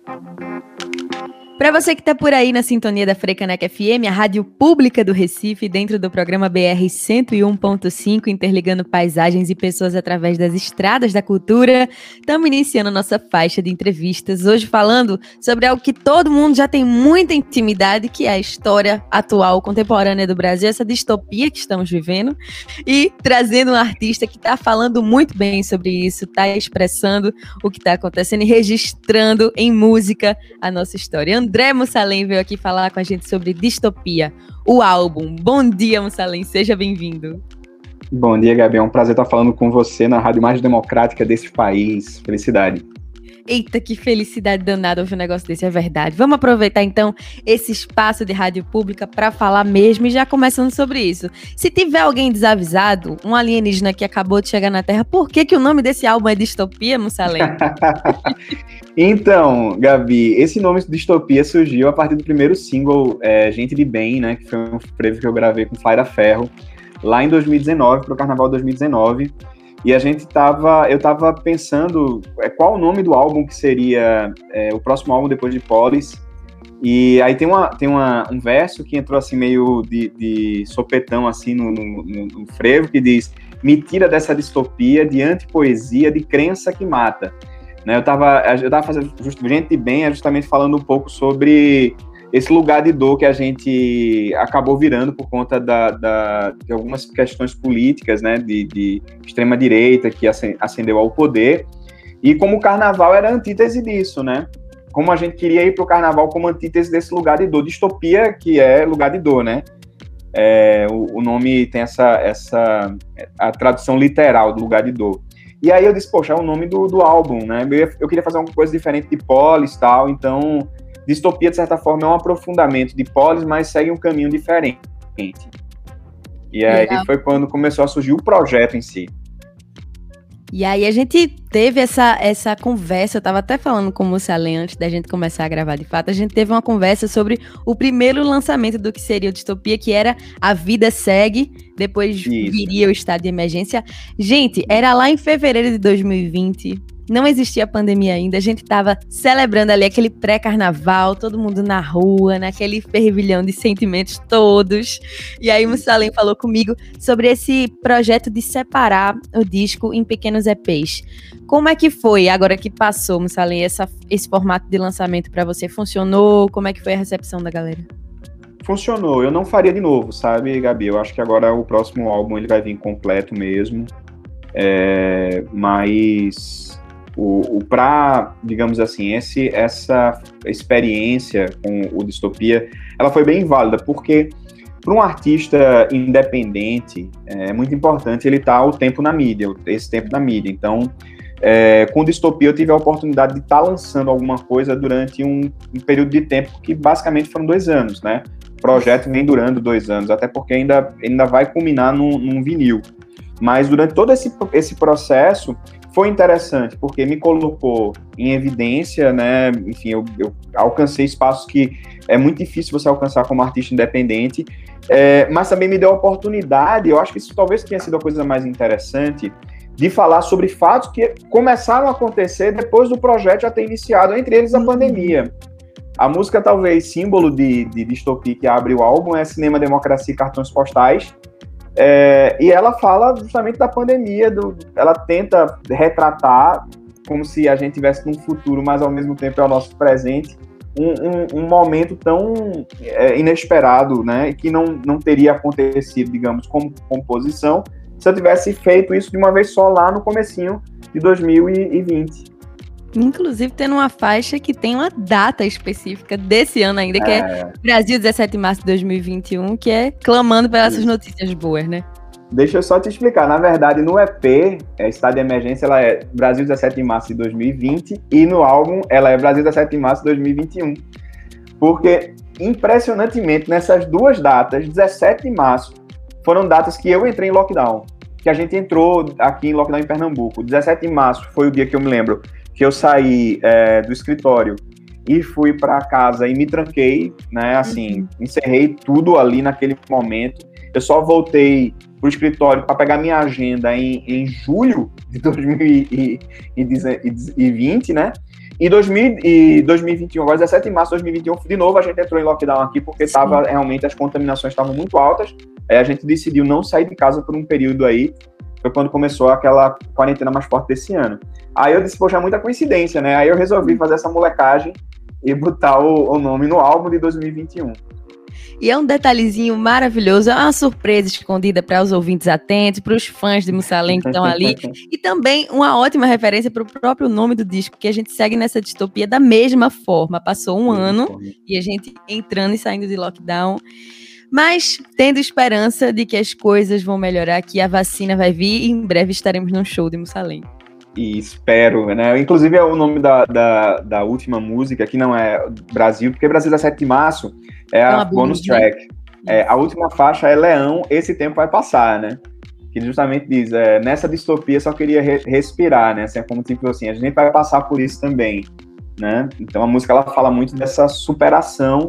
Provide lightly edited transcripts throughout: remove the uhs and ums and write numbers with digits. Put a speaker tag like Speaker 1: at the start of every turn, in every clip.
Speaker 1: Para você que está por aí na sintonia da Frecaneca FM, a rádio pública do Recife, dentro do programa BR 101.5, interligando paisagens e pessoas através das estradas da cultura, estamos iniciando nossa faixa de entrevistas, hoje falando sobre algo que todo mundo já tem muita intimidade, que é a história atual, contemporânea do Brasil, essa distopia que estamos vivendo, e trazendo um artista que está falando muito bem sobre isso, está expressando o que está acontecendo e registrando em música a nossa história. André Mussalem veio aqui falar com a gente sobre Distopia, o álbum. Bom dia, Mussalem, seja bem-vindo.
Speaker 2: Bom dia, Gabi, é um prazer estar falando com você na rádio mais democrática desse país. Felicidade.
Speaker 1: Eita, que felicidade danada ouvir um negócio desse, é verdade. Vamos aproveitar, então, esse espaço de rádio pública para falar mesmo e já começando sobre isso. Se tiver alguém desavisado, um alienígena que acabou de chegar na Terra, por que o nome desse álbum é Distopia, Mussalem?
Speaker 2: Então, Gabi, esse nome Distopia surgiu a partir do primeiro single, Gente de Bem, né, que foi um frevo que eu gravei com Flaira Ferro, lá em 2019, para o Carnaval 2019. E eu tava pensando qual o nome do álbum que seria o próximo álbum depois de Polis. E aí tem um verso que entrou assim meio de sopetão assim no frevo, que diz: me tira dessa distopia de antipoesia de crença que mata. Né, eu tava fazendo Gente de Bem, justamente falando um pouco sobre esse lugar de dor que a gente acabou virando por conta de algumas questões políticas, né, de extrema-direita que ascendeu ao poder, e como o carnaval era a antítese disso, né? Como a gente queria ir para o carnaval como antítese desse lugar de dor, distopia, que é lugar de dor, né? O nome tem a tradução literal do lugar de dor. E aí eu disse, poxa, é o nome do álbum, né? Eu queria fazer uma coisa diferente de Polis e tal, então Distopia, de certa forma, é um aprofundamento de Polis, mas segue um caminho diferente. E aí foi quando começou a surgir o projeto em si.
Speaker 1: E aí a gente teve essa conversa, eu estava até falando com o Mussalem antes da gente começar a gravar de fato, a gente teve uma conversa sobre o primeiro lançamento do que seria o Distopia, que era A Vida Segue, depois viria o estado de emergência. Gente, era lá em fevereiro de 2020, não existia pandemia ainda, a gente estava celebrando ali aquele pré-carnaval, todo mundo na rua, naquele fervilhão de sentimentos todos. E aí o Mussalem falou comigo sobre esse projeto de separar o disco em pequenos EPs. Como é que foi, agora que passou, Mussalem, esse formato de lançamento para você? Funcionou? Como é que foi a recepção da galera?
Speaker 2: Funcionou, eu não faria de novo, sabe, Gabi? Eu acho que agora o próximo álbum ele vai vir completo mesmo, mas digamos assim, essa experiência com o Distopia, ela foi bem válida, porque para um artista independente, é muito importante ele estar esse tempo na mídia. Então, com o Distopia eu tive a oportunidade de estar lançando alguma coisa durante um período de tempo que basicamente foram 2 anos, né? O projeto vem durando 2 anos, até porque ainda vai culminar num vinil. Mas durante todo esse processo foi interessante, porque me colocou em evidência, né? Enfim, eu alcancei espaços que é muito difícil você alcançar como artista independente, mas também me deu a oportunidade, eu acho que isso talvez tenha sido a coisa mais interessante, de falar sobre fatos que começaram a acontecer depois do projeto já ter iniciado, entre eles a pandemia. A música, talvez, símbolo de Distopia que abre o álbum é Cinema, Democracia e Cartões Postais, e ela fala justamente da pandemia, ela tenta retratar como se a gente estivesse num futuro, mas ao mesmo tempo é o nosso presente, um momento tão inesperado, né, que não teria acontecido, digamos, como composição, se eu tivesse feito isso de uma vez só lá no comecinho de 2020.
Speaker 1: Inclusive tendo uma faixa que tem uma data específica desse ano ainda, que é Brasil 17 de março de 2021, que é clamando pelas essas notícias boas, né?
Speaker 2: Deixa eu só te explicar. Na verdade, no EP, Estado de Emergência, ela é Brasil 17 de março de 2020, e no álbum, ela é Brasil 17 de março de 2021. Porque, impressionantemente, nessas duas datas, 17 de março, foram datas que eu entrei em lockdown, que a gente entrou aqui em lockdown em Pernambuco. 17 de março foi o dia que eu me lembro que eu saí do escritório e fui para casa e me tranquei, né, assim, encerrei tudo ali naquele momento. Eu só voltei pro escritório para pegar minha agenda em julho de 2020, né, E 2021, agora 17 de março de 2021, de novo a gente entrou em lockdown aqui, porque realmente as contaminações estavam muito altas. A gente decidiu não sair de casa por um período aí, foi quando começou aquela quarentena mais forte desse ano. Aí eu disse, poxa, é muita coincidência, né? Aí eu resolvi fazer essa molecagem e botar o nome no álbum de 2021.
Speaker 1: E é um detalhezinho maravilhoso, é uma surpresa escondida para os ouvintes atentos, para os fãs de Mussalem que estão ali, e também uma ótima referência para o próprio nome do disco, que a gente segue nessa distopia da mesma forma. Passou um ano e a gente entrando e saindo de lockdown, mas tendo esperança de que as coisas vão melhorar, que a vacina vai vir e em breve estaremos num show de Mussalem.
Speaker 2: E espero, né? Inclusive é o nome da última música, que não é Brasil, porque Brasil 17 de março é a bonus track. A última faixa é Leão, Esse Tempo Vai Passar, né? Que justamente diz, nessa distopia só queria respirar, né? Assim, é como tipo assim, a gente vai passar por isso também, né? Então a música ela fala muito dessa superação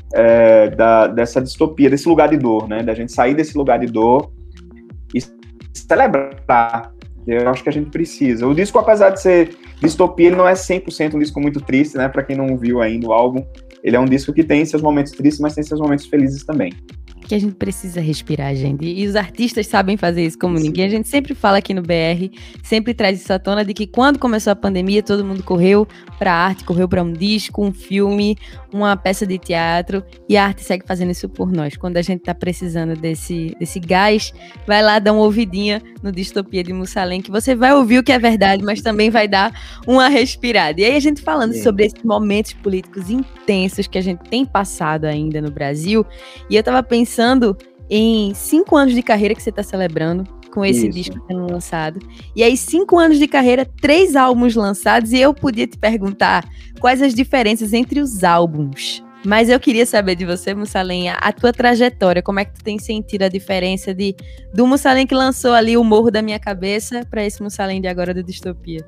Speaker 2: dessa distopia, desse lugar de dor, né? Da gente sair desse lugar de dor e celebrar. Eu acho que a gente precisa. O disco, apesar de ser distopia, ele não é 100% um disco muito triste, né? Pra quem não viu ainda o álbum, ele é um disco que tem seus momentos tristes, mas tem seus momentos felizes também.
Speaker 1: Que a gente precisa respirar, gente. E os artistas sabem fazer isso como ninguém. A gente sempre fala aqui no BR, sempre traz isso à tona de que quando começou a pandemia, todo mundo correu para a arte, correu para um disco, um filme, uma peça de teatro, e a arte segue fazendo isso por nós. Quando a gente tá precisando desse gás, vai lá dar uma ouvidinha no Distopia de Mussalem, que você vai ouvir o que é verdade, mas também vai dar uma respirada. E aí a gente falando sobre esses momentos políticos intensos que a gente tem passado ainda no Brasil, e eu tava pensando em 5 anos de carreira que você está celebrando com esse disco sendo lançado. E aí, 5 anos de carreira, 3 álbuns lançados, e eu podia te perguntar quais as diferenças entre os álbuns. Mas eu queria saber de você, Mussalem, a tua trajetória, como é que tu tem sentido a diferença do Mussalem que lançou ali o Morro da Minha Cabeça para esse Mussalem de agora do Distopia?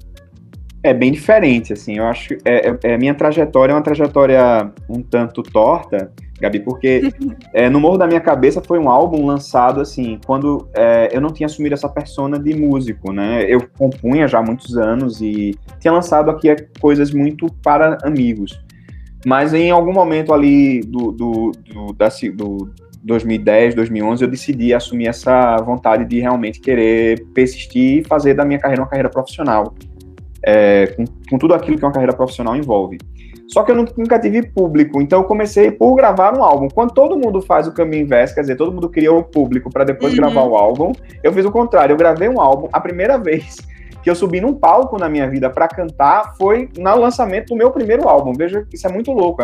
Speaker 2: É bem diferente, assim, eu acho que minha trajetória é uma trajetória um tanto torta, Gabi, porque No Morro da Minha Cabeça foi um álbum lançado, assim, quando eu não tinha assumido essa persona de músico, né, eu compunha já há muitos anos e tinha lançado aqui coisas muito para amigos, mas em algum momento ali do 2010, 2011, eu decidi assumir essa vontade de realmente querer persistir e fazer da minha carreira uma carreira profissional. Com tudo aquilo que uma carreira profissional envolve. Só que eu nunca tive público, então eu comecei por gravar um álbum. Quando todo mundo faz o caminho inverso, quer dizer, todo mundo cria o público para depois gravar o álbum, eu fiz o contrário, eu gravei um álbum. A primeira vez que eu subi num palco na minha vida para cantar foi no lançamento do meu primeiro álbum. Veja, isso é muito louco, é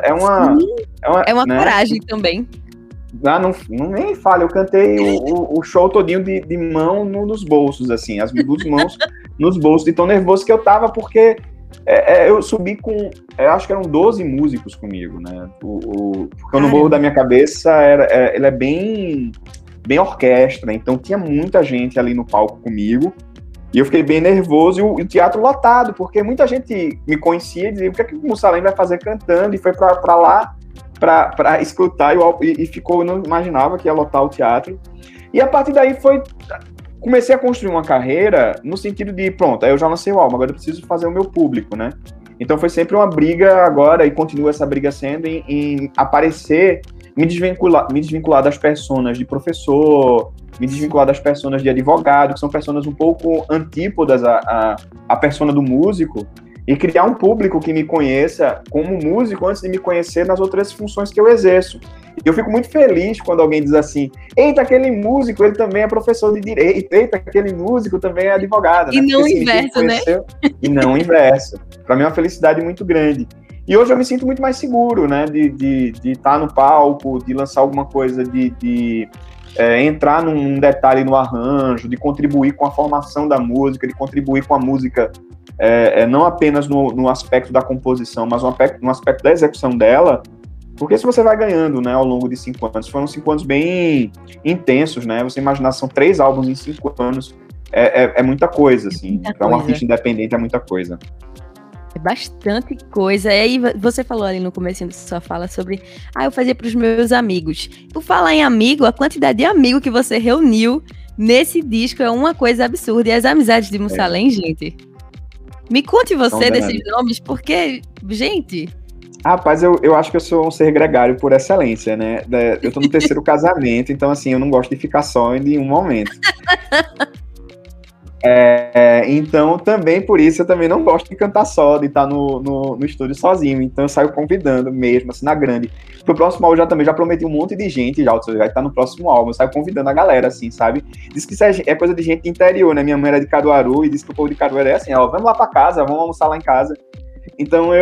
Speaker 2: uma
Speaker 1: né? Coragem também.
Speaker 2: Não nem fale, eu cantei o show todinho de mão nos bolsos, assim, as duas mãos nos bolsos, de tão nervoso que eu tava, porque eu subi com, acho que eram 12 músicos comigo, né, porque No Morro da Minha Cabeça, ele é bem orquestra, então tinha muita gente ali no palco comigo, e eu fiquei bem nervoso, e o teatro lotado, porque muita gente me conhecia e dizia, o que é que o Mussalem vai fazer cantando, e foi pra lá, para escutar, e ficou, eu não imaginava que ia lotar o teatro, e a partir daí comecei a construir uma carreira no sentido de, pronto, aí eu já lancei o álbum, agora eu preciso fazer o meu público, né, então foi sempre uma briga agora, e continua essa briga sendo em aparecer, me desvincular das personas de professor, me desvincular das personas de advogado, que são personas um pouco antípodas à persona do músico, e criar um público que me conheça como músico antes de me conhecer nas outras funções que eu exerço. Eu fico muito feliz quando alguém diz assim, eita, aquele músico, ele também é professor de direito, eita, aquele músico também é advogado.
Speaker 1: E né? Não o inverso, né?
Speaker 2: E não o inverso. Para mim é uma felicidade muito grande. E hoje eu me sinto muito mais seguro, né, de estar no palco, de lançar alguma coisa, de entrar num detalhe no arranjo, de contribuir com a formação da música, de contribuir com a música não apenas no aspecto da composição, mas no aspecto da execução dela, porque se você vai ganhando, né, ao longo de 5 anos, foram 5 anos bem intensos, né, você imaginar, são 3 álbuns em 5 anos, é muita coisa, assim, para um artista independente é muita coisa.
Speaker 1: É bastante coisa. E aí você falou ali no começo da sua fala sobre eu fazia para os meus amigos. Por falar em amigo, a quantidade de amigo que você reuniu nesse disco é uma coisa absurda. E as amizades de Mussalem, gente? Me conte você
Speaker 2: Então,
Speaker 1: desses nomes, porque, gente...
Speaker 2: Rapaz, eu acho que eu sou um ser gregário por excelência, né? Eu tô no terceiro casamento, então, assim, eu não gosto de ficar só em um momento. Então, também por isso, eu também não gosto de cantar só, de estar no estúdio sozinho. Então, eu saio convidando mesmo, assim, na grande. Pro próximo álbum, já prometi um monte de gente, já tá no próximo álbum. Eu saio convidando a galera, assim, sabe? Diz que isso é coisa de gente do interior, né? Minha mãe era de Caruaru e disse que o povo de Caruaru é assim, ó, vamos lá pra casa, vamos almoçar lá em casa. Então,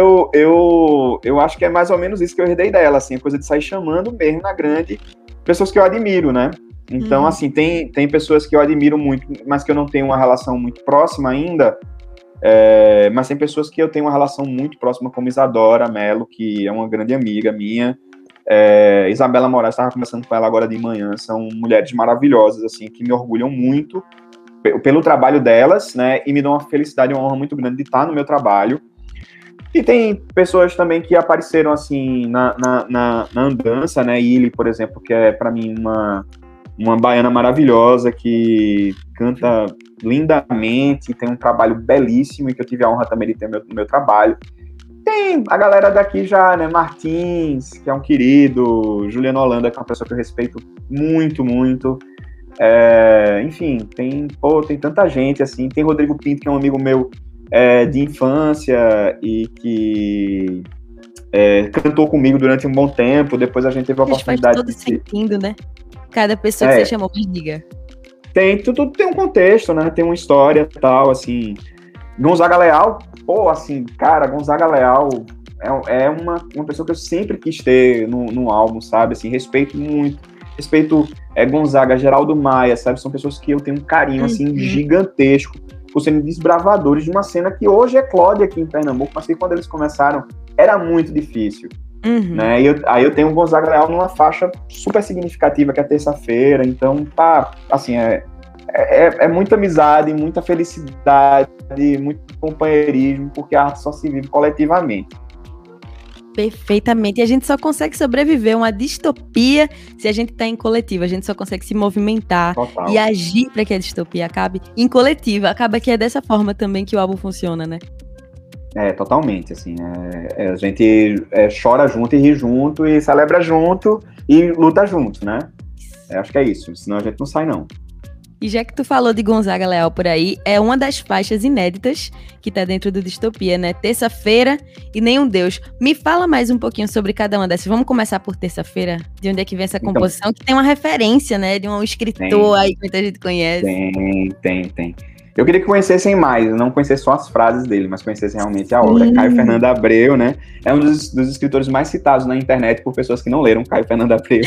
Speaker 2: eu acho que é mais ou menos isso que eu herdei dela, assim, a coisa de sair chamando mesmo na grande pessoas que eu admiro, né? Então, assim, tem pessoas que eu admiro muito, mas que eu não tenho uma relação muito próxima ainda, mas tem pessoas que eu tenho uma relação muito próxima, como Isadora Mello, que é uma grande amiga minha, Isabela Moraes, estava conversando com ela agora de manhã, são mulheres maravilhosas, assim, que me orgulham muito pelo trabalho delas, né, e me dão uma felicidade e uma honra muito grande de estar no meu trabalho. E tem pessoas também que apareceram, assim, na andança, né, Illy, por exemplo, que é, para mim, uma baiana maravilhosa, que canta lindamente, tem um trabalho belíssimo, e que eu tive a honra também de ter no meu trabalho. Tem a galera daqui já, né, Martins, que é um querido, Juliano Holanda, que é uma pessoa que eu respeito muito, muito. Enfim, tem tanta gente, assim, tem Rodrigo Pinto, que é um amigo meu, de infância e que cantou comigo durante um bom tempo. Depois a gente teve a oportunidade.
Speaker 1: Faz todo sentido, né? Cada pessoa que você chamou, me diga.
Speaker 2: Tudo tem um contexto, né? Tem uma história e tal, assim. Gonzaga Leal, assim, cara, Gonzaga Leal é uma pessoa que eu sempre quis ter no álbum, sabe? Assim, respeito muito. Respeito Gonzaga, Geraldo Maia, sabe? São pessoas que eu tenho um carinho, assim, gigantesco, por serem desbravadores de uma cena que hoje é Clódia aqui em Pernambuco, mas que quando eles começaram era muito difícil. Né? Aí eu tenho o Gonzaga Leal numa faixa super significativa, que é terça-feira. Então, assim, é muita amizade, muita felicidade, muito companheirismo, porque a arte só se vive coletivamente.
Speaker 1: Perfeitamente. E a gente só consegue sobreviver uma distopia se a gente tá em coletivo. A gente só consegue se movimentar e agir para que a distopia acabe em coletiva. Acaba que é dessa forma também que o álbum funciona, né?
Speaker 2: Totalmente, assim, a gente chora junto e ri junto e celebra junto e luta junto, né? Acho que é isso, senão a gente não sai, não.
Speaker 1: E já que tu falou de Gonzaga Leal por aí, é uma das faixas inéditas que tá dentro do Distopia, né? Terça-feira e Nenhum Deus. Me fala mais um pouquinho sobre cada uma dessas. Vamos começar por Terça-feira? De onde é que vem essa composição? Que tem uma referência, né? De um escritor aí que muita gente conhece.
Speaker 2: Tem. Eu queria que conhecessem mais, não conhecessem só as frases dele, mas conhecessem realmente a obra. Caio Fernando Abreu, né? É um dos escritores mais citados na internet por pessoas que não leram Caio Fernando Abreu.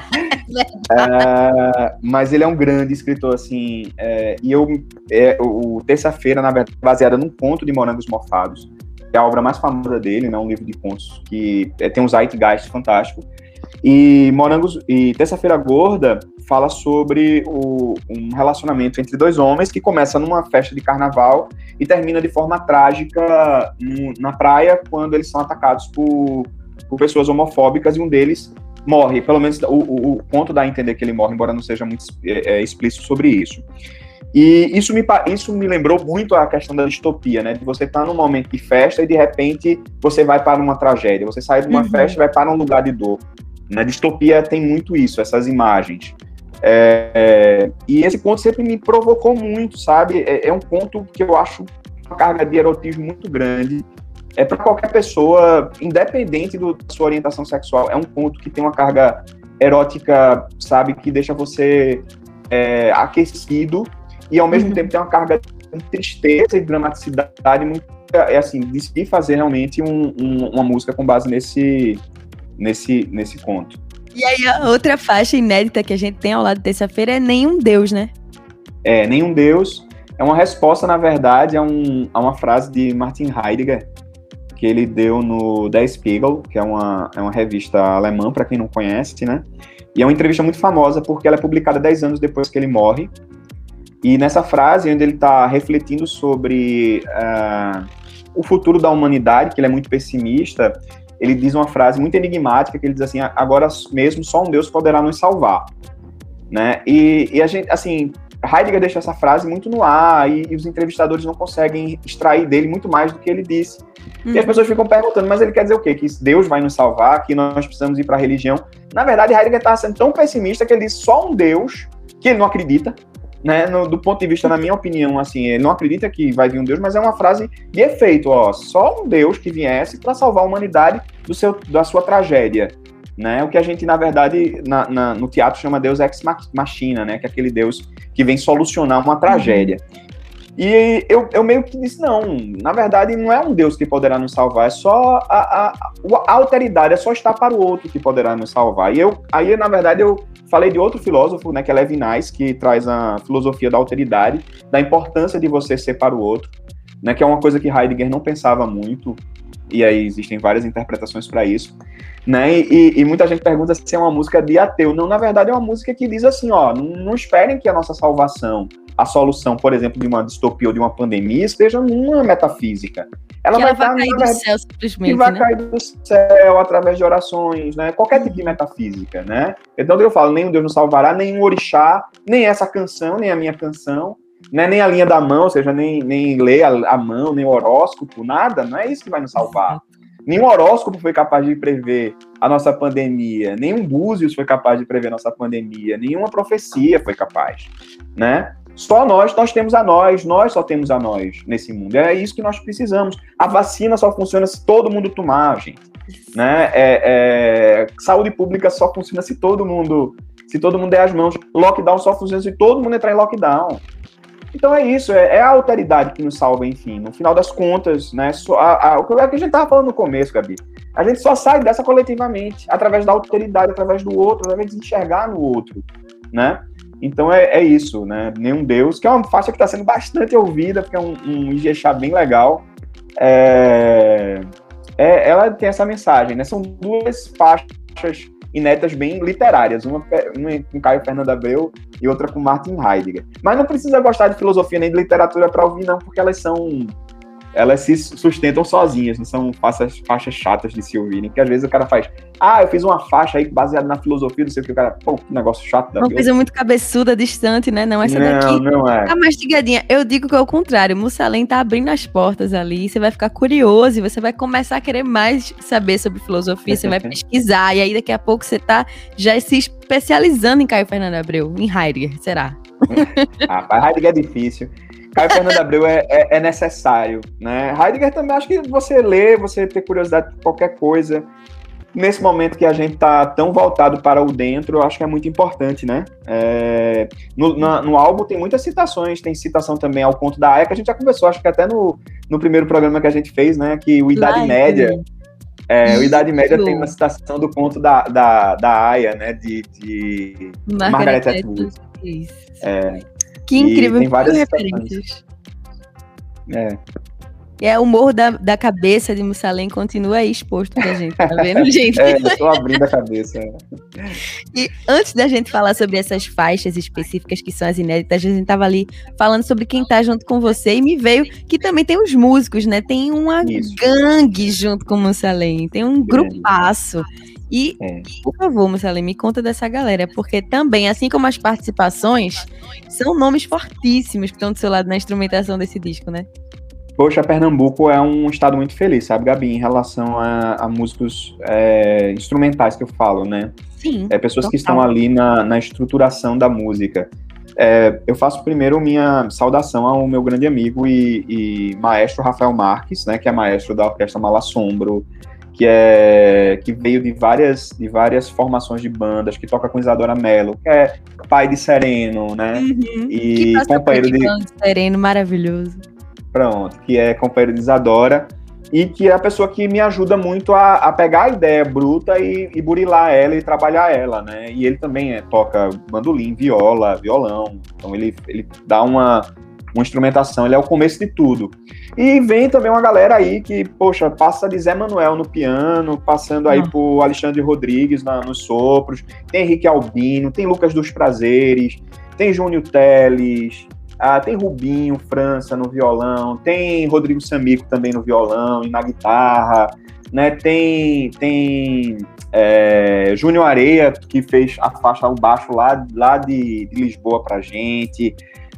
Speaker 2: Mas ele é um grande escritor, assim, e o Terça-feira, na verdade, é baseada num conto de Morangos Mofados, que é a obra mais famosa dele, né, um livro de contos que tem um zeitgeist fantástico, e Terça-feira Gorda fala sobre um relacionamento entre dois homens que começa numa festa de carnaval e termina de forma trágica na praia, quando eles são atacados por pessoas homofóbicas, e um deles morre. Pelo menos o conto dá a entender que ele morre, embora não seja muito explícito sobre isso. E isso me lembrou muito a questão da distopia, né? De você estar num momento de festa e, de repente, você vai para uma tragédia. Você sai de uma festa e vai para um lugar de dor. Na distopia tem muito isso, essas imagens. E esse conto sempre me provocou muito, sabe? É um conto que eu acho uma carga de erotismo muito grande. Para qualquer pessoa, independente da sua orientação sexual, é um conto que tem uma carga erótica, sabe? Que deixa você aquecido, e ao mesmo tempo tem uma carga de tristeza e dramaticidade muito, assim, de fazer realmente uma música com base nesse conto.
Speaker 1: E aí a outra faixa inédita que a gente tem ao lado de Terça-feira é Nenhum Deus, né?
Speaker 2: Nenhum Deus é uma resposta, na verdade, a uma frase de Martin Heidegger, que ele deu no Der Spiegel, que é uma revista alemã, para quem não conhece, né? E é uma entrevista muito famosa, porque ela é publicada 10 anos depois que ele morre. E nessa frase, onde ele está refletindo sobre o futuro da humanidade, que ele é muito pessimista, ele diz uma frase muito enigmática, que ele diz assim: agora mesmo só um Deus poderá nos salvar, né? E a gente, assim, Heidegger deixa essa frase muito no ar e os entrevistadores não conseguem extrair dele muito mais do que ele disse. E as pessoas ficam perguntando, mas ele quer dizer o quê? Que Deus vai nos salvar, que nós precisamos ir para a religião. Na verdade, Heidegger estava sendo tão pessimista que ele disse só um Deus, que ele não acredita, né? Do ponto de vista, na minha opinião, assim, ele não acredita que vai vir um Deus, mas é uma frase de efeito, ó, só um Deus que viesse para salvar a humanidade da sua tragédia. Né? O que a gente, na verdade, no teatro chama Deus ex machina, né? Que é aquele Deus que vem solucionar uma tragédia. E eu meio que disse, não, na verdade não é um Deus que poderá nos salvar, é só a alteridade, é só estar para o outro que poderá nos salvar. Aí, na verdade, eu falei de outro filósofo, né, que é Levinas, que traz a filosofia da alteridade, da importância de você ser para o outro, né, que é uma coisa que Heidegger não pensava muito, e aí existem várias interpretações para isso, né? E muita gente pergunta se é uma música de ateu. Não, na verdade é uma música que diz assim, ó, não esperem que a nossa salvação, a solução, por exemplo, de uma distopia ou de uma pandemia esteja numa metafísica. Ela vai cair do céu simplesmente, vai cair do céu através de orações, né? Qualquer tipo de metafísica, né? Então eu falo, nem um Deus nos salvará, nem um orixá, nem essa canção, nem a minha canção, né? Nem a linha da mão, ou seja, nem ler a mão, nem o horóscopo, nada, não é isso que vai nos salvar. Nenhum horóscopo foi capaz de prever a nossa pandemia, nenhum búzios foi capaz de prever a nossa pandemia, nenhuma profecia foi capaz, né? Só nós temos a nós só temos a nós nesse mundo. É isso que nós precisamos. A vacina só funciona se todo mundo tomar, gente. Né? Saúde pública só funciona se todo mundo der as mãos. Lockdown só funciona se todo mundo entrar em lockdown. Então é isso, é a alteridade que nos salva, enfim. No final das contas, né, o que a gente estava falando no começo, Gabi, a gente só sai dessa coletivamente, através da alteridade, através do outro, através de enxergar no outro, né? Então é isso, né? Nenhum Deus, que é uma faixa que está sendo bastante ouvida, porque é um Ijexá bem legal. Ela tem essa mensagem, né? São duas faixas inéditas bem literárias, uma com Caio Fernando Abreu e outra com Martin Heidegger. Mas não precisa gostar de filosofia nem de literatura para ouvir, não, porque elas se sustentam sozinhas, não são faixas chatas de se ouvirem, porque às vezes o cara faz, eu fiz uma faixa aí baseada na filosofia, não sei o que, o cara, pô, que negócio chato da vida.
Speaker 1: Uma coisa muito cabeçuda, distante, né? Não, essa daqui
Speaker 2: não é.
Speaker 1: Tá mastigadinha. Eu digo que é o contrário, Mussalem tá abrindo as portas ali, você vai ficar curioso e você vai começar a querer mais saber sobre filosofia, você vai pesquisar, e aí daqui a pouco você tá já se especializando em Caio Fernando Abreu, em Heidegger, será?
Speaker 2: Heidegger é difícil. Caio Fernando Abreu é necessário, né? Heidegger também, acho que você lê, você ter curiosidade por qualquer coisa, nesse momento que a gente tá tão voltado para o dentro, eu acho que é muito importante, né? No álbum tem muitas citações, tem citação também ao conto da Aya, que a gente já conversou, acho que até no primeiro programa que a gente fez, né? Que o Idade Média... o Idade Média tem uma citação do conto da Aya, né? De Margaret Atwood.
Speaker 1: Isso. Que incrível,
Speaker 2: tem várias
Speaker 1: referências. O morro da cabeça de Mussalem continua aí exposto pra gente, tá vendo, gente?
Speaker 2: Eu tô abrindo a cabeça.
Speaker 1: E antes da gente falar sobre essas faixas específicas que são as inéditas, a gente tava ali falando sobre quem tá junto com você e me veio que também tem os músicos, né? Tem uma gangue junto com Mussalem, tem um grupaço. E, por favor, Mussalem, me conta dessa galera, porque também, assim como as participações, são nomes fortíssimos que estão do seu lado na instrumentação desse disco, né?
Speaker 2: Poxa, Pernambuco é um estado muito feliz, sabe, Gabi, em relação a músicos instrumentais que eu falo, né?
Speaker 1: Sim.
Speaker 2: Pessoas que estão ali na estruturação da música. Eu faço primeiro minha saudação ao meu grande amigo e maestro Rafael Marques, né, que é maestro da Orquestra Malassombro, que veio de várias formações de bandas, que toca com Isadora Mello, que é pai de Sereno, né? E companheiro de
Speaker 1: Sereno, maravilhoso.
Speaker 2: Pronto, que é companheiro de Isadora, e que é a pessoa que me ajuda muito a pegar a ideia bruta e burilar ela e trabalhar ela, né? E ele também toca bandolim, viola, violão, então ele dá uma instrumentação, ele é o começo de tudo. E vem também uma galera aí que, poxa, passa de Zé Manuel no piano, passando aí por Alexandre Rodrigues nos sopros, tem Henrique Albino, tem Lucas dos Prazeres, tem Júnior Teles, tem Rubinho França no violão, tem Rodrigo Samico também no violão e na guitarra, né? Tem Júnior Areia, que fez a faixa o baixo lá de Lisboa pra gente.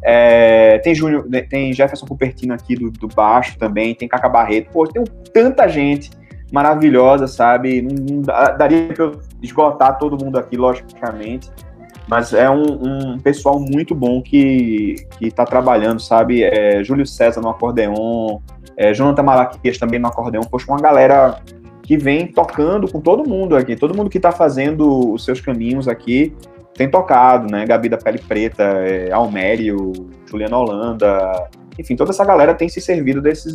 Speaker 2: Tem Jefferson Cupertino aqui do baixo também, tem Cacá Barreto. Pô, tem tanta gente maravilhosa, sabe? Não daria pra eu esgotar todo mundo aqui, logicamente. Mas é um pessoal muito bom que tá trabalhando, sabe? Júlio César no acordeon, Jonathan Malaquias também no acordeon. Poxa, uma galera que vem tocando com todo mundo aqui. Todo mundo que tá fazendo os seus caminhos aqui tem tocado, né? Gabi da Pele Preta, Almério, Juliana Holanda. Enfim, toda essa galera tem se servido desses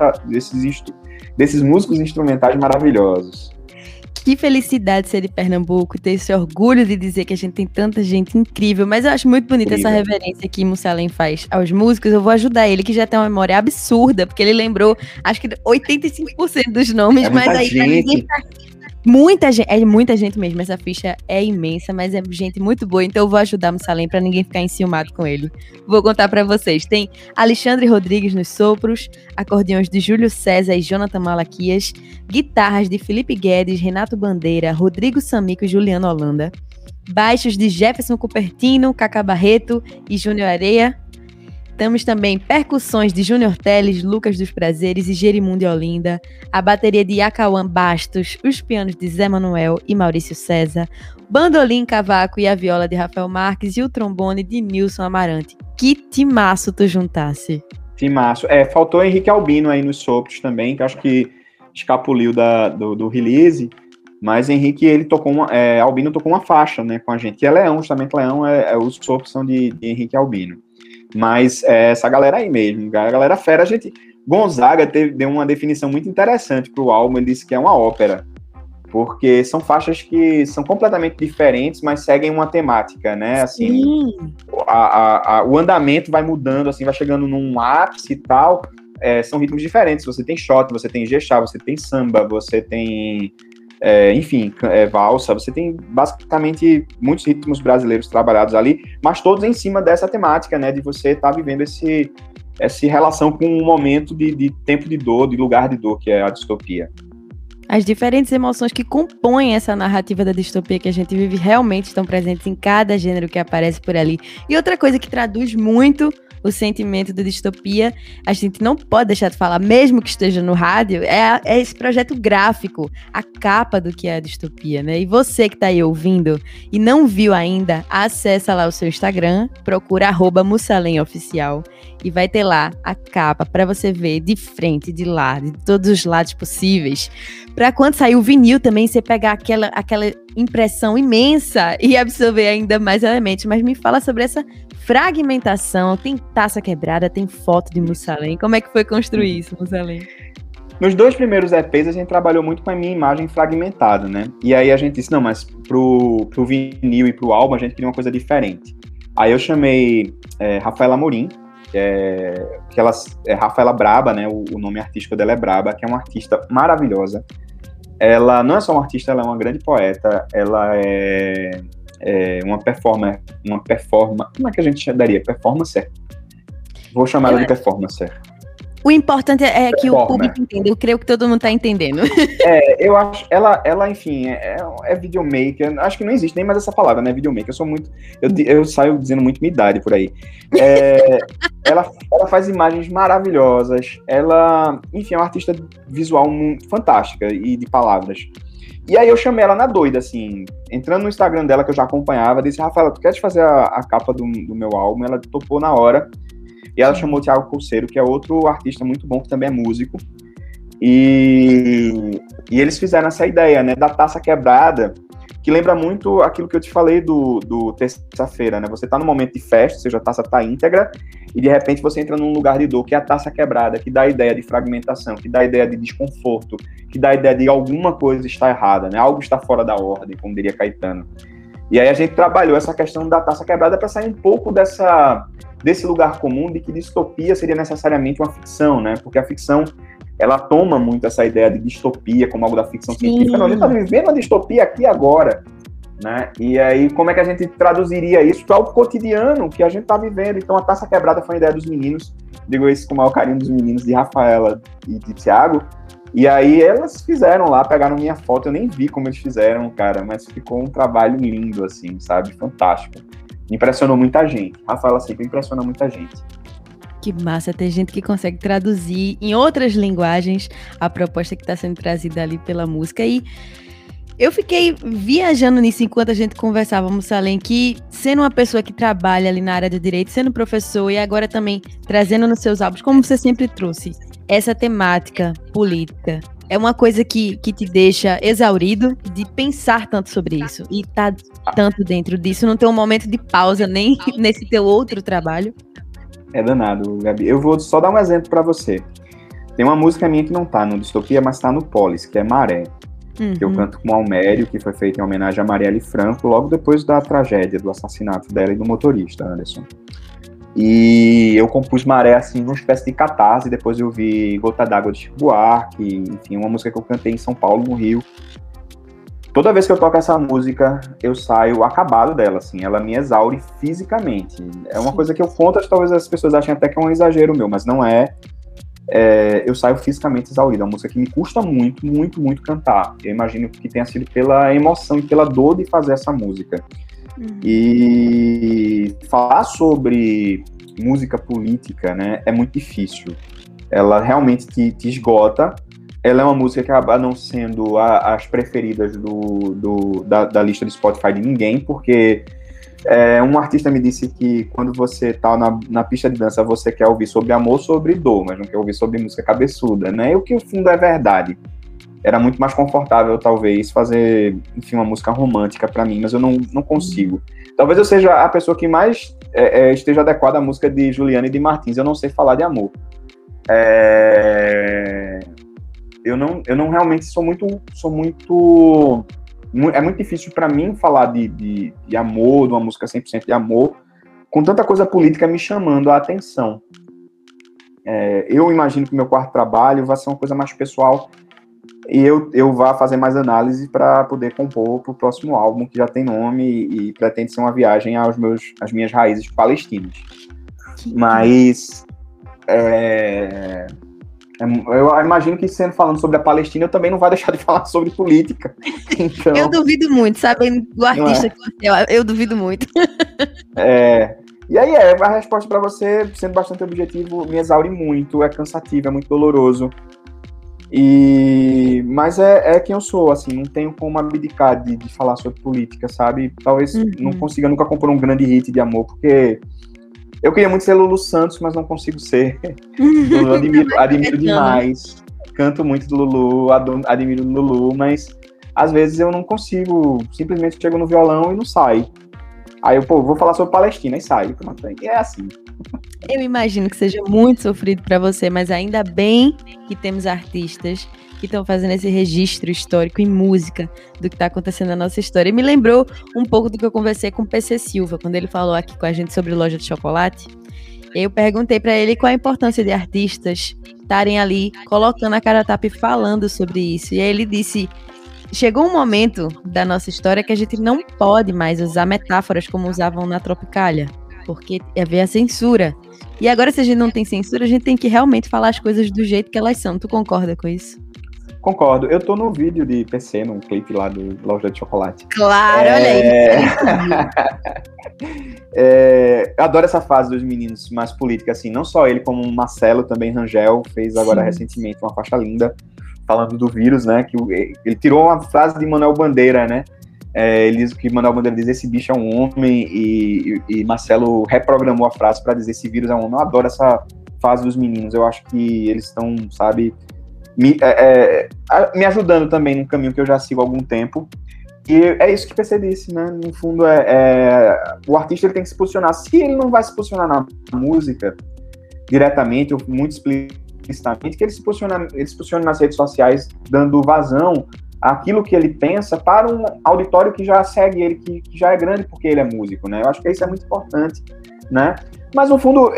Speaker 2: músicos instrumentais maravilhosos.
Speaker 1: Que felicidade ser de Pernambuco e ter esse orgulho de dizer que a gente tem tanta gente incrível. Mas eu acho muito bonita essa reverência que Mussalem faz aos músicos. Eu vou ajudar ele, que já tem uma memória absurda, porque ele lembrou, acho que 85% dos nomes, mas aí ninguém tá... Muita gente mesmo, essa ficha é imensa, mas é gente muito boa, então eu vou ajudar Mussalem pra ninguém ficar enciumado com ele. Vou contar pra vocês, tem Alexandre Rodrigues nos sopros, acordeões de Júlio César e Jonathan Malaquias, guitarras de Felipe Guedes, Renato Bandeira, Rodrigo Samico e Juliana Holanda, baixos de Jefferson Cupertino, Cacá Barreto e Júnior Areia. Temos também percussões de Júnior Teles, Lucas dos Prazeres e Gerimundo de Olinda, a bateria de Acauã Bastos, os pianos de Zé Manuel e Maurício César, bandolim, cavaco e a viola de Rafael Marques e o trombone de Nilson Amarante. Que timaço tu juntasse!
Speaker 2: Timaço. Faltou Henrique Albino aí nos sopros também, que acho que escapuliu do release, mas Henrique, ele tocou Albino tocou uma faixa, né, com a gente, que é Leão, justamente Leão, os sopros são de Henrique Albino. Mas essa galera aí mesmo, a galera fera, Gonzaga deu uma definição muito interessante para o álbum, ele disse que é uma ópera, porque são faixas que são completamente diferentes, mas seguem uma temática, né, assim, o andamento vai mudando, assim, vai chegando num ápice e tal, são ritmos diferentes, você tem shot, você tem jexá, você tem samba, você tem... valsa, você tem basicamente muitos ritmos brasileiros trabalhados ali, mas todos em cima dessa temática, né, de você estar vivendo essa relação com um momento de tempo de dor, de lugar de dor, que é a distopia.
Speaker 1: As diferentes emoções que compõem essa narrativa da distopia que a gente vive realmente estão presentes em cada gênero que aparece por ali. E outra coisa que traduz muito o sentimento da distopia, a gente não pode deixar de falar, mesmo que esteja no rádio, é esse projeto gráfico, a capa do que é a distopia, né? E você que tá aí ouvindo e não viu ainda, acessa lá o seu Instagram, procura @MussalemOficial e vai ter lá a capa para você ver de frente, de lado, de todos os lados possíveis. Para quando sair o vinil também, você pegar aquela impressão imensa e absorver ainda mais elementos. Mas me fala sobre essa fragmentação. Tem taça quebrada, tem foto de Mussalem. Como é que foi construir isso, Mussalem?
Speaker 2: Nos 2 primeiros EPs, a gente trabalhou muito com a minha imagem fragmentada, né? E aí a gente disse, não, mas pro vinil e pro álbum, a gente queria uma coisa diferente. Aí eu chamei Rafaela Amorim, que ela é Rafaela Braba, né? O nome artístico dela é Braba, que é uma artista maravilhosa. Ela não é só uma artista, ela é uma grande poeta, ela é uma performer, como é que a gente daria? Performancer? Vou chamar ela de performancer.
Speaker 1: O importante é que o público entenda, eu creio que todo mundo tá entendendo.
Speaker 2: Eu acho, ela enfim, é videomaker, acho que não existe nem mais essa palavra, né, videomaker, eu saio dizendo muito minha idade por aí. Ela faz imagens maravilhosas, ela, enfim, é uma artista visual fantástica e de palavras. E aí eu chamei ela na doida, assim, entrando no Instagram dela, que eu já acompanhava, disse, Rafaela, tu queres fazer a capa do meu álbum? Ela topou na hora, e ela chamou o Thiago Pulseiro, que é outro artista muito bom, que também é músico, e eles fizeram essa ideia, né, da taça quebrada, que lembra muito aquilo que eu te falei do terça-feira, né, você tá num momento de festa, ou seja, a taça tá íntegra, e de repente você entra num lugar de dor, que é a taça quebrada, que dá a ideia de fragmentação, que dá a ideia de desconforto, que dá a ideia de alguma coisa está errada, né, algo está fora da ordem, como diria Caetano. E aí a gente trabalhou essa questão da taça quebrada para sair um pouco desse lugar comum de que distopia seria necessariamente uma ficção, né, porque a ficção, ela toma muito essa ideia de distopia como algo da ficção científica. Não, a gente está vivendo uma distopia aqui agora, né? E aí, como é que a gente traduziria isso para o cotidiano que a gente está vivendo? Então, a taça quebrada foi uma ideia dos meninos, digo isso com o maior carinho dos meninos, de Rafaela e de Thiago, E aí elas fizeram lá, pegaram minha foto, eu nem vi como eles fizeram, cara, mas ficou um trabalho lindo, assim, sabe? Fantástico. Impressionou muita gente. Rafaela sempre impressiona muita gente.
Speaker 1: Que massa, tem gente que consegue traduzir em outras linguagens a proposta que está sendo trazida ali pela música. E eu fiquei viajando nisso enquanto a gente conversava, Mussalem, que sendo uma pessoa que trabalha ali na área do direito, sendo professor e agora também trazendo nos seus álbuns, como você sempre trouxe, essa temática política, é uma coisa que te deixa exaurido de pensar tanto sobre isso e tá tanto dentro disso, não ter um momento de pausa nem nesse teu outro trabalho.
Speaker 2: É danado, Gabi. Eu vou só dar um exemplo para você. Tem uma música minha que não tá no Distopia, mas tá no Polis, que é Maré. Que eu canto com Almério, que foi feito em homenagem a Marielle Franco, logo depois da tragédia, do assassinato dela e do motorista, Anderson. E eu compus Maré, assim, numa espécie de catarse, depois eu vi Gota d'Água de Chico Buarque, enfim, uma música que eu cantei em São Paulo, no Rio. Toda vez que eu toco essa música, eu saio acabado dela, assim, ela me exaure fisicamente. É uma coisa que eu conto, talvez as pessoas achem até que é um exagero meu, mas não é. Eu saio fisicamente exaurido. É uma música que me custa muito, muito, muito cantar. Eu imagino que tenha sido pela emoção e pela dor de fazer essa música. E falar sobre música política, né, é muito difícil. Ela realmente te esgota. Ela é uma música que acaba não sendo as preferidas da lista do Spotify de ninguém, porque um artista me disse que quando você tá na pista de dança, você quer ouvir sobre amor, sobre dor, mas não quer ouvir sobre música cabeçuda, né? E o que no fundo é verdade. Era muito mais confortável, talvez, fazer, enfim, uma música romântica para mim, mas eu não consigo. Talvez eu seja a pessoa que mais esteja adequada à música de Juliana e de Martins. Eu não sei falar de amor. Eu não realmente sou muito... É muito difícil para mim falar de amor, de uma música 100% de amor, com tanta coisa política me chamando a atenção. Eu imagino que o meu quarto trabalho vai ser uma coisa mais pessoal e eu vá fazer mais análise para poder compor para o próximo álbum, que já tem nome e pretende ser uma viagem às minhas raízes palestinas. Mas... eu imagino que, sendo falando sobre a Palestina, eu também não vai deixar de falar sobre política. Então,
Speaker 1: eu duvido muito, sabe? Do artista que você é, eu duvido muito.
Speaker 2: E aí a resposta para você, sendo bastante objetivo, me exaure muito, é cansativo, é muito doloroso. Mas é quem eu sou, assim, não tenho como abdicar de falar sobre política, sabe? Talvez não consiga nunca compor um grande hit de amor, porque... Eu queria muito ser Lulu Santos, mas não consigo ser. Eu admiro demais. Canto muito do Lulu, admiro do Lulu, mas às vezes eu não consigo. Simplesmente chego no violão e não sai. Aí eu, vou falar sobre Palestina e sai. E é assim.
Speaker 1: Eu imagino que seja muito sofrido para você, mas ainda bem que temos artistas que estão fazendo esse registro histórico em música do que está acontecendo na nossa história. E me lembrou um pouco do que eu conversei com o PC Silva, quando ele falou aqui com a gente sobre Loja de Chocolate. Eu perguntei para ele qual a importância de artistas estarem ali colocando a cara a tapa e falando sobre isso. E aí ele disse, chegou um momento da nossa história que a gente não pode mais usar metáforas como usavam na Tropicália, porque havia a censura. E agora, se a gente não tem censura, a gente tem que realmente falar as coisas do jeito que elas são. Tu concorda com isso?
Speaker 2: Concordo. Eu tô no vídeo de PC, no clipe lá do Loja de Chocolate.
Speaker 1: Claro, olha aí.
Speaker 2: Eu adoro essa fase dos meninos mais políticos, assim, não só ele, como o Marcelo, também Rangel, fez agora recentemente uma faixa linda, falando do vírus, né, que ele tirou uma frase de Manuel Bandeira, né, ele diz que Manuel Bandeira diz esse bicho é um homem, e Marcelo reprogramou a frase para dizer esse vírus é um homem. Eu adoro essa fase dos meninos, eu acho que eles estão, sabe, me ajudando também num caminho que eu já sigo há algum tempo. E é isso que o PC disse, né? No fundo, o artista ele tem que se posicionar. Se ele não vai se posicionar na música diretamente ou muito explicitamente, que ele se posicione nas redes sociais, dando vazão àquilo que ele pensa para um auditório que já segue ele, que já é grande porque ele é músico, né? Eu acho que isso é muito importante, né? Mas, no fundo,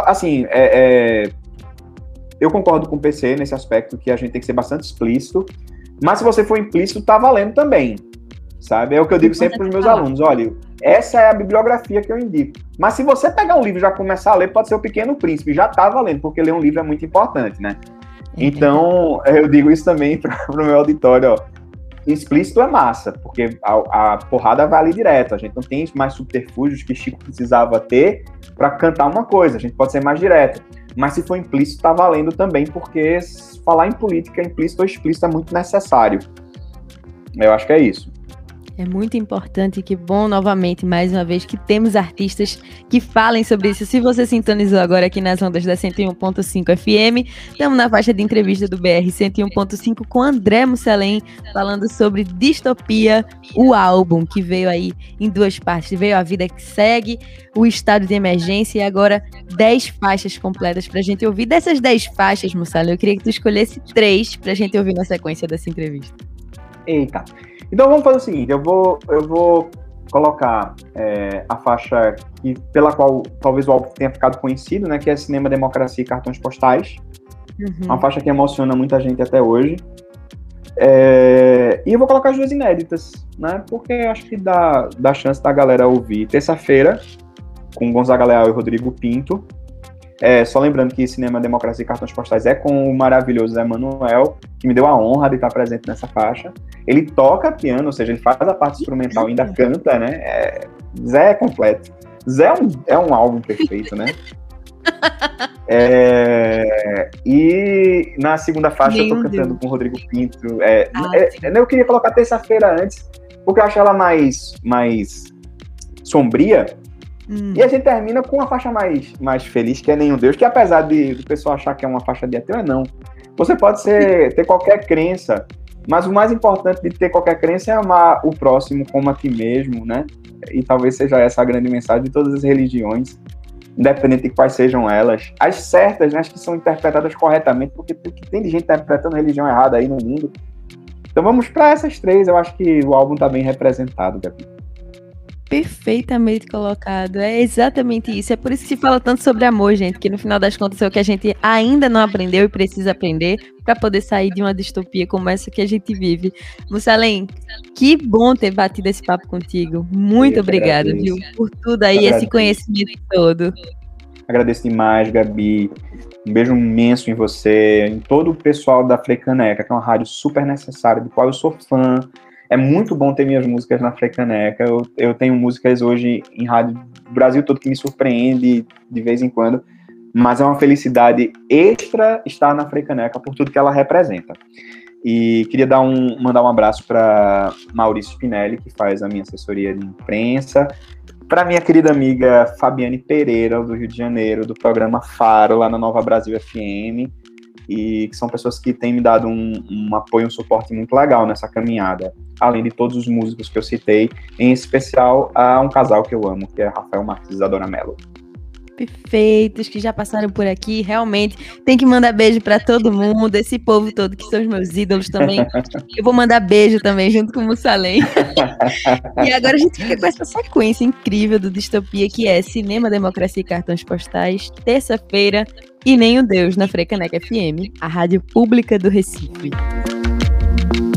Speaker 2: eu concordo com o PC nesse aspecto que a gente tem que ser bastante explícito, mas se você for implícito, tá valendo também, sabe? É o que eu digo sempre para os meus alunos, olha, essa é a bibliografia que eu indico. Mas se você pegar um livro e já começar a ler, pode ser O Pequeno Príncipe, já tá valendo, porque ler um livro é muito importante, né? Então, eu digo isso também para o meu auditório, ó. Explícito é massa, porque a porrada vai ali direto. A gente não tem mais subterfúgios que Chico precisava ter para cantar uma coisa. A gente pode ser mais direto. Mas se for implícito, tá valendo também, porque falar em política, implícito ou explícito, é muito necessário. Eu acho que é isso.
Speaker 1: É muito importante e que bom, novamente, mais uma vez, que temos artistas que falem sobre isso. Se você sintonizou agora aqui nas ondas da 101.5 FM, estamos na faixa de entrevista do BR 101.5 com André Mussalem, falando sobre Distopia, o álbum que veio aí em 2 partes. Veio A Vida que Segue, o Estado de Emergência e agora 10 faixas completas pra gente ouvir. Dessas 10 faixas, Mussalem, eu queria que tu escolhesse 3 pra gente ouvir na sequência dessa entrevista.
Speaker 2: Eita. Então vamos fazer o seguinte, eu vou colocar a faixa pela qual talvez o álbum tenha ficado conhecido, né, que é Cinema, Democracia e Cartões Postais. Uma faixa que emociona muita gente até hoje. E eu vou colocar as 2 inéditas, né, porque acho que dá chance da galera ouvir Terça-feira, com Gonzaga Leal e Rodrigo Pinto. Só lembrando que Cinema, Democracia e Cartões Postais é com o maravilhoso Zé Manuel, que me deu a honra de estar presente nessa faixa. Ele toca piano, ou seja, ele faz a parte instrumental e ainda canta, né? Zé é completo. Zé é um álbum perfeito, né? E na segunda faixa eu tô cantando com o Rodrigo Pinto. Eu queria colocar Terça-feira antes, porque eu acho ela mais sombria. E a gente termina com uma faixa mais feliz, que é Nenhum Deus, que apesar do pessoal achar que é uma faixa de ateu, não. Você pode ter qualquer crença, mas o mais importante de ter qualquer crença é amar o próximo como a ti mesmo, né? E talvez seja essa a grande mensagem de todas as religiões, independente de quais sejam elas. As certas, né, as que são interpretadas corretamente, porque tem de gente interpretando religião errada aí no mundo. Então vamos para essas 3, eu acho que o álbum tá bem representado, Gabi.
Speaker 1: Perfeitamente colocado, é exatamente isso, é por isso que se fala tanto sobre amor, gente, que no final das contas é o que a gente ainda não aprendeu e precisa aprender para poder sair de uma distopia como essa que a gente vive. Mussalem, que bom ter batido esse papo contigo, muito obrigada, viu, por tudo aí, esse conhecimento todo.
Speaker 2: Agradeço demais, Gabi, um beijo imenso em você, em todo o pessoal da Freicaneca, que é uma rádio super necessária, do qual eu sou fã. É muito bom ter minhas músicas na Freicaneca. Eu tenho músicas hoje em rádio do Brasil todo que me surpreende de vez em quando, mas é uma felicidade extra estar na Freicaneca por tudo que ela representa. E queria mandar um abraço para Maurício Spinelli, que faz a minha assessoria de imprensa, para minha querida amiga Fabiane Pereira, do Rio de Janeiro, do programa Faro, lá na Nova Brasil FM, e que são pessoas que têm me dado um apoio, um suporte muito legal nessa caminhada, além de todos os músicos que eu citei, em especial a um casal que eu amo, que é Rafael Marques e Isadora Mello.
Speaker 1: Perfeitos, que já passaram por aqui, realmente, tem que mandar beijo para todo mundo, esse povo todo que são os meus ídolos também, eu vou mandar beijo também, junto com o Mussalem. E agora a gente fica com essa sequência incrível do Distopia, que é Cinema, Democracia e Cartões Postais, Terça-feira, e Nenhum Deus, na Freicaneca FM, a rádio pública do Recife.